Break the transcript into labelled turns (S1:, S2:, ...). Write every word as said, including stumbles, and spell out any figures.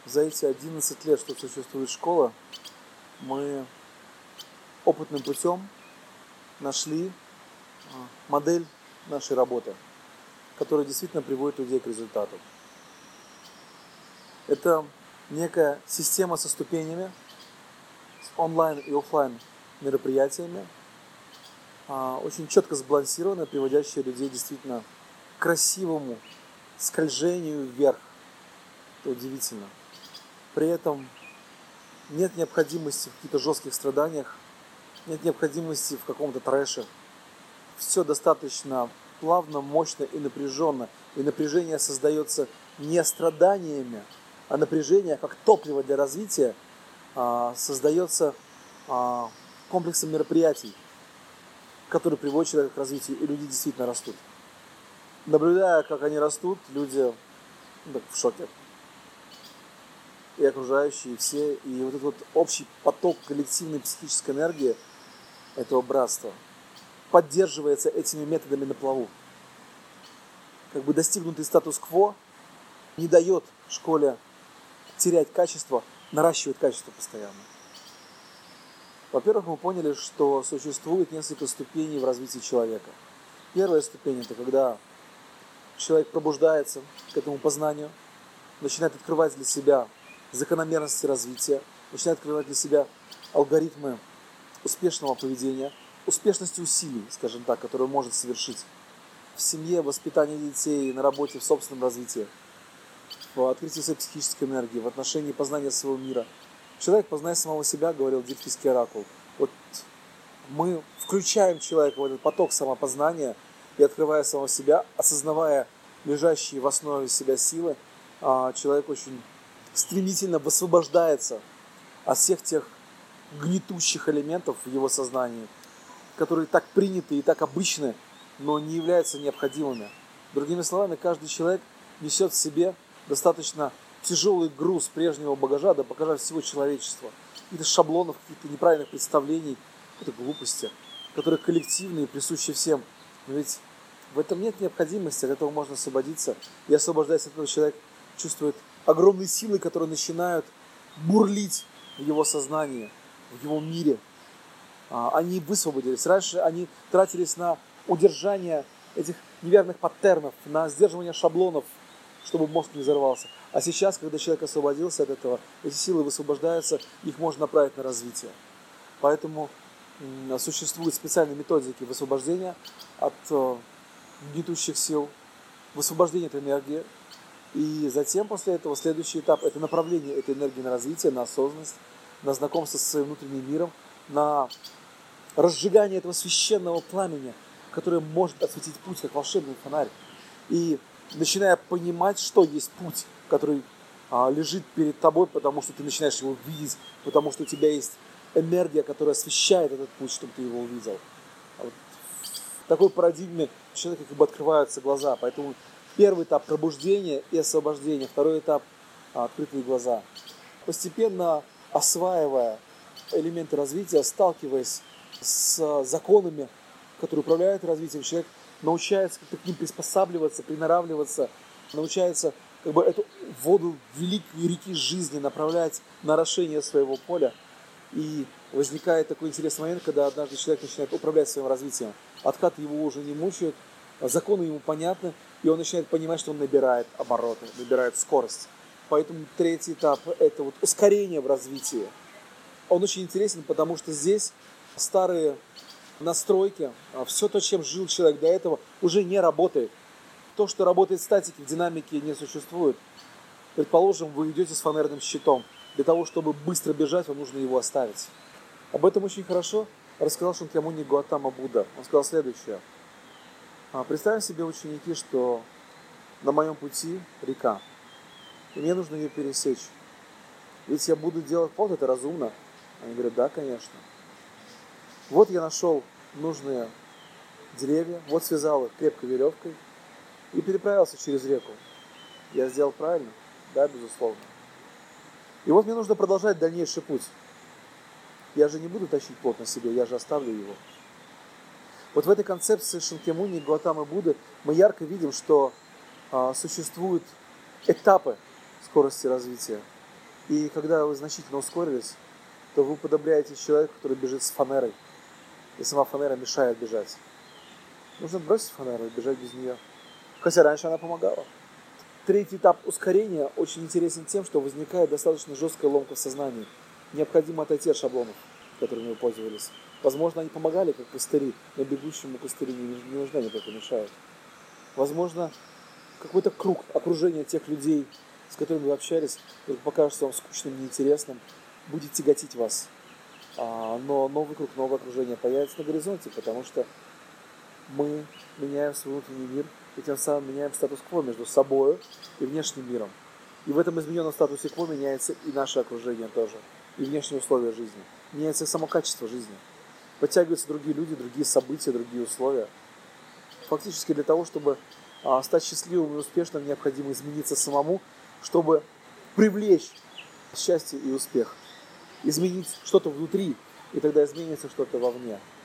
S1: За эти одиннадцать лет, что существует школа, мы опытным путем нашли модель нашей работы, которая действительно приводит людей к результату. Это некая система со ступенями, с онлайн и офлайн мероприятиями, очень четко сбалансированная, приводящая людей действительно к красивому скольжению вверх. Это удивительно. При этом нет необходимости в каких-то жестких страданиях, нет необходимости в каком-то трэше. Все достаточно плавно, мощно и напряженно. И напряжение создается не страданиями, а напряжение, как топливо для развития, создается комплексом мероприятий, которые приводят человека к развитию, и люди действительно растут. Наблюдая, как они растут, люди ну, в шоке. И окружающие, и все. И вот этот вот общий поток коллективной психической энергии этого братства поддерживается этими методами на плаву. Как бы достигнутый статус-кво не дает школе терять качество, наращивает качество постоянно. Во-первых, мы поняли, что существует несколько ступеней в развитии человека. Первая ступень – это когда человек пробуждается к этому познанию, начинает открывать для себя закономерности развития, начинает открывать для себя алгоритмы успешного поведения, успешности усилий, скажем так, которые он может совершить в семье, в воспитании детей, на работе, в собственном развитии, в открытии своей психической энергии, в отношении познания своего мира. Человек, позная самого себя, говорил дельфийский оракул. Вот мы включаем человека в этот поток самопознания и, открывая самого себя, осознавая лежащие в основе себя силы, человек очень стремительно высвобождается от всех тех гнетущих элементов в его сознании, которые так приняты и так обычны, но не являются необходимыми. Другими словами, каждый человек несет в себе достаточно тяжелый груз прежнего багажа, да багажа всего человечества, каких-то шаблонов, каких-то неправильных представлений, какой-то глупости, которые коллективные и присущи всем. Но ведь в этом нет необходимости, от этого можно освободиться. И освобождаясь от этого, человек чувствует огромные силы, которые начинают бурлить в его сознании, в его мире. Они высвободились. Раньше они тратились на удержание этих неверных паттернов, на сдерживание шаблонов, чтобы мозг не взорвался. А сейчас, когда человек освободился от этого, эти силы высвобождаются, их можно направить на развитие. Поэтому существуют специальные методики высвобождения от гнетущих сил, высвобождения этой энергии. И затем, после этого, следующий этап – это направление этой энергии на развитие, на осознанность, на знакомство со своим внутренним миром, на разжигание этого священного пламени, которое может осветить путь, как волшебный фонарь. И начиная понимать, что есть путь, который а, лежит перед тобой, потому что ты начинаешь его видеть, потому что у тебя есть энергия, которая освещает этот путь, чтобы ты его увидел. А вот в такой парадигме у человека как бы открываются глаза. Поэтому первый этап – пробуждение и освобождение. Второй этап – открытые глаза. Постепенно осваивая элементы развития, сталкиваясь с законами, которые управляют развитием, человек научается как-то к ним приспосабливаться, приноравливаться, научается как бы эту воду великой реки жизни направлять на орошение своего поля. И возникает такой интересный момент, когда однажды человек начинает управлять своим развитием. Откаты его уже не мучают, законы ему понятны, и он начинает понимать, что он набирает обороты, набирает скорость. Поэтому третий этап – это вот ускорение в развитии. Он очень интересен, потому что здесь старые настройки, все то, чем жил человек до этого, уже не работает. То, что работает в статике, в динамике, не существует. Предположим, вы идете с фонарным щитом. Для того, чтобы быстро бежать, вам нужно его оставить. Об этом очень хорошо рассказал Шакьямуни Гаутама Будда. Он сказал следующее. Представим себе, ученики, что на моем пути река, и мне нужно ее пересечь. Ведь я буду делать плод, это разумно. Они говорят, да, конечно. Вот я нашел нужные деревья, вот связал их крепкой веревкой и переправился через реку. Я сделал правильно? Да, безусловно. И вот мне нужно продолжать дальнейший путь. Я же не буду тащить плод на себе, я же оставлю его. Вот в этой концепции Шакьямуни, Гаутамы Будды мы ярко видим, что а, существуют этапы скорости развития. И когда вы значительно ускорились, то вы уподобляетесь человеку, который бежит с фанерой. И сама фанера мешает бежать. Нужно бросить фанеру и бежать без нее. Хотя раньше она помогала. Третий этап ускорения очень интересен тем, что возникает достаточно жесткая ломка в сознании. Необходимо отойти от шаблонов, которыми вы пользовались. Возможно, они помогали, как костыри, но бегущему костыри не, не нужны, они только мешают. Возможно, какой-то круг окружения тех людей, с которыми вы общались, который покажется вам скучным, неинтересным, будет тяготить вас. А, но новый круг, новое окружение появится на горизонте, потому что мы меняем свой внутренний мир и тем самым меняем статус-кво между собой и внешним миром. И в этом измененном статусе кво меняется и наше окружение тоже, и внешние условия жизни. Меняется и само качество жизни. Подтягиваются другие люди, другие события, другие условия. Фактически для того, чтобы а, стать счастливым и успешным, необходимо измениться самому, чтобы привлечь счастье и успех. Изменить что-то внутри, и тогда изменится что-то вовне.